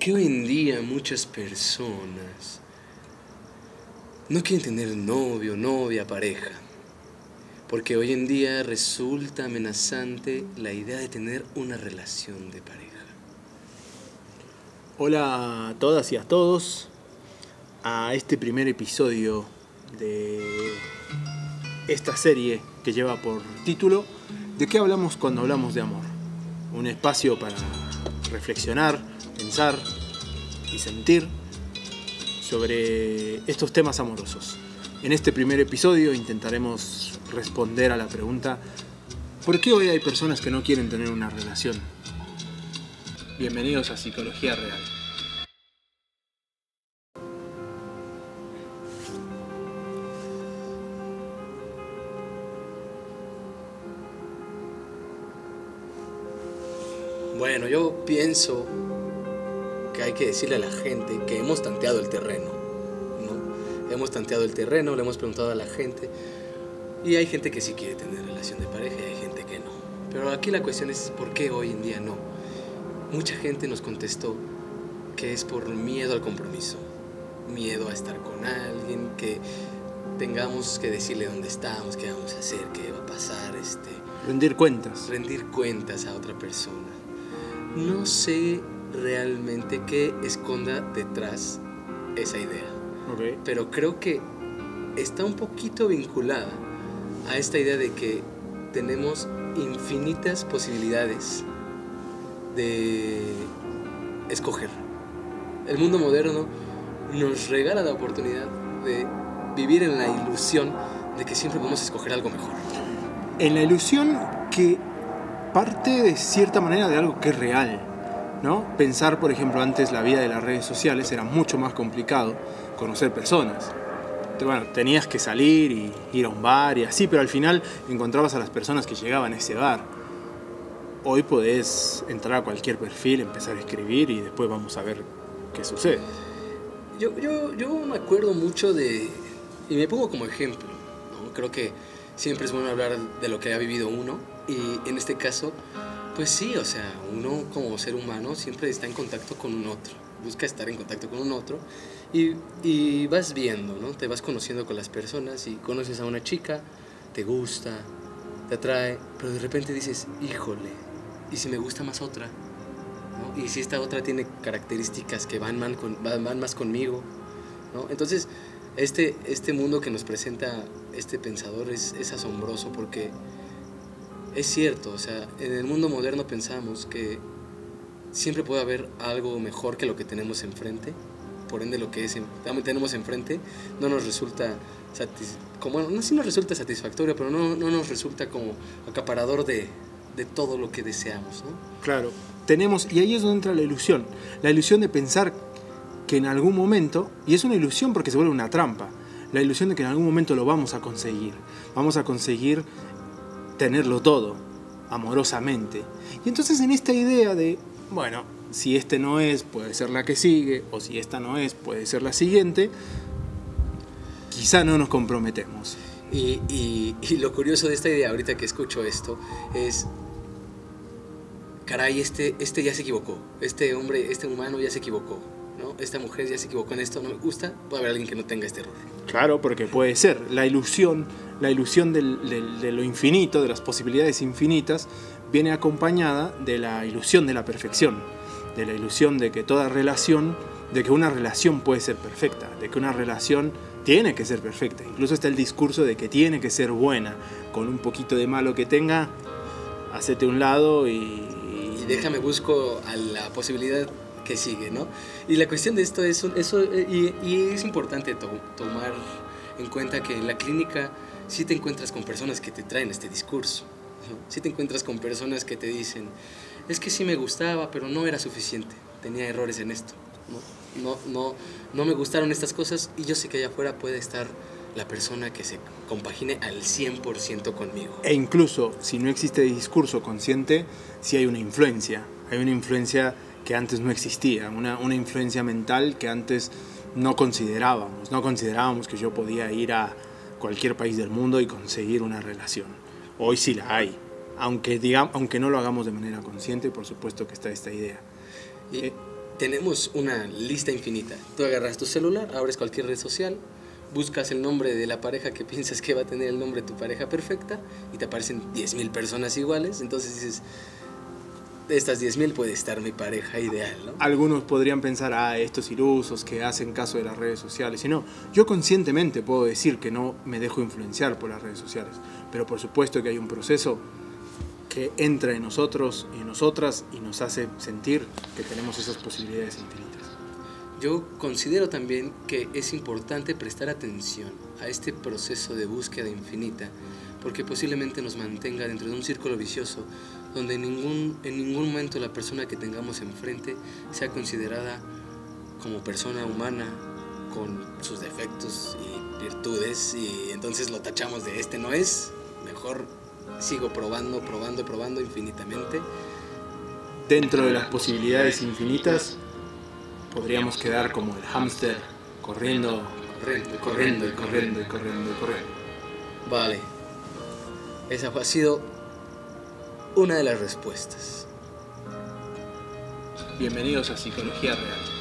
qué hoy en día muchas personas no quieren tener novio, novia, pareja? Porque hoy en día resulta amenazante la idea de tener una relación de pareja. Hola a todas y a todos a este primer episodio de esta serie que lleva por título ¿De qué hablamos cuando hablamos de amor? Un espacio para reflexionar, pensar y sentir sobre estos temas amorosos. En este primer episodio intentaremos responder a la pregunta ¿por qué hoy hay personas que no quieren tener una relación? Bienvenidos a Psicología Real. Bueno, yo pienso que hay que decirle a la gente que hemos tanteado el terreno, ¿no? Hemos tanteado el terreno, le hemos preguntado a la gente y hay gente que sí quiere tener relación de pareja y hay gente que no. Pero aquí la cuestión es ¿por qué hoy en día no? Mucha gente nos contestó que es por miedo al compromiso, miedo a estar con alguien, que tengamos que decirle dónde estamos, qué vamos a hacer, qué va a pasar, Rendir cuentas a otra persona. No sé realmente qué esconda detrás esa idea, Okay. pero creo que está un poquito vinculada a esta idea de que tenemos infinitas posibilidades de escoger. El mundo moderno nos regala la oportunidad de vivir en la ilusión de que siempre podemos escoger algo mejor. En la ilusión que parte de cierta manera de algo que es real, ¿no? Pensar, por ejemplo, antes la vida de las redes sociales era mucho más complicado conocer personas. Bueno, tenías que salir y ir a un bar y así, pero al final encontrabas a las personas que llegaban a ese bar. Hoy podés entrar a cualquier perfil, empezar a escribir y después vamos a ver qué sucede. Yo me acuerdo mucho de, y me pongo como ejemplo, ¿no? Creo que siempre es bueno hablar de lo que ha vivido uno y en este caso, pues sí, o sea, uno como ser humano siempre está en contacto con un otro, busca estar en contacto con un otro y vas viendo, ¿no? Te vas conociendo con las personas y conoces a una chica, te gusta, te atrae, pero de repente dices, híjole, ¿y si me gusta más otra? ¿No? Y si esta otra tiene características que van más conmigo, ¿no? Entonces, este mundo que nos presenta este pensador es asombroso porque es cierto, o sea, en el mundo moderno pensamos que siempre puede haber algo mejor que lo que tenemos enfrente, por ende lo que tenemos enfrente no nos resulta no sí nos resulta satisfactorio, pero no nos resulta como acaparador de todo lo que deseamos, ¿no? Claro, y ahí es donde entra la ilusión de pensar que en algún momento, y es una ilusión porque se vuelve una trampa, la ilusión de que en algún momento lo vamos a conseguir tenerlo todo, amorosamente. Y entonces en esta idea de, bueno, si este no es, puede ser la que sigue, o si esta no es, puede ser la siguiente, quizá no nos comprometemos. Y lo curioso de esta idea, ahorita que escucho esto, es, caray, este ya se equivocó, este hombre, este humano ya se equivocó, ¿no? Esta mujer ya se equivocó en esto, no me gusta, puede haber alguien que no tenga este error. Claro, porque puede ser. La ilusión de lo infinito, de las posibilidades infinitas, viene acompañada de la ilusión de la perfección, de la ilusión de que una relación puede ser perfecta, de que una relación tiene que ser perfecta. Incluso está el discurso de que tiene que ser buena, con un poquito de malo que tenga, hacete a un lado y déjame busco a la posibilidad que sigue, ¿no? Y la cuestión de esto es importante tomar en cuenta que en la clínica sí te encuentras con personas que te traen este discurso, ¿no? Sí te encuentras con personas que te dicen, es que sí me gustaba, pero no era suficiente, tenía errores en esto, no me gustaron estas cosas y yo sé que allá afuera puede estar la persona que se compagine al 100% conmigo. E incluso, si no existe discurso consciente, sí hay una influencia que antes no existía, una influencia mental que antes no considerábamos que yo podía ir a cualquier país del mundo y conseguir una relación. Hoy sí la hay, aunque no lo hagamos de manera consciente, por supuesto que está esta idea. tenemos una lista infinita. Tú agarras tu celular, abres cualquier red social, buscas el nombre de la pareja que piensas que va a tener el nombre de tu pareja perfecta y te aparecen 10.000 personas iguales. Entonces dices, de estas 10.000 puede estar mi pareja ideal, ¿no? Algunos podrían pensar, estos ilusos que hacen caso de las redes sociales. Y no, yo conscientemente puedo decir que no me dejo influenciar por las redes sociales. Pero por supuesto que hay un proceso que entra en nosotros y en nosotras y nos hace sentir que tenemos esas posibilidades infinitas. Yo considero también que es importante prestar atención a este proceso de búsqueda infinita, porque posiblemente nos mantenga dentro de un círculo vicioso donde en ningún momento la persona que tengamos enfrente sea considerada como persona humana con sus defectos y virtudes, y entonces lo tachamos de este no es, mejor sigo probando infinitamente. Dentro de las posibilidades infinitas podríamos quedar como el hámster corriendo. Vale, esa ha sido una de las respuestas. Bienvenidos a Psicología Real.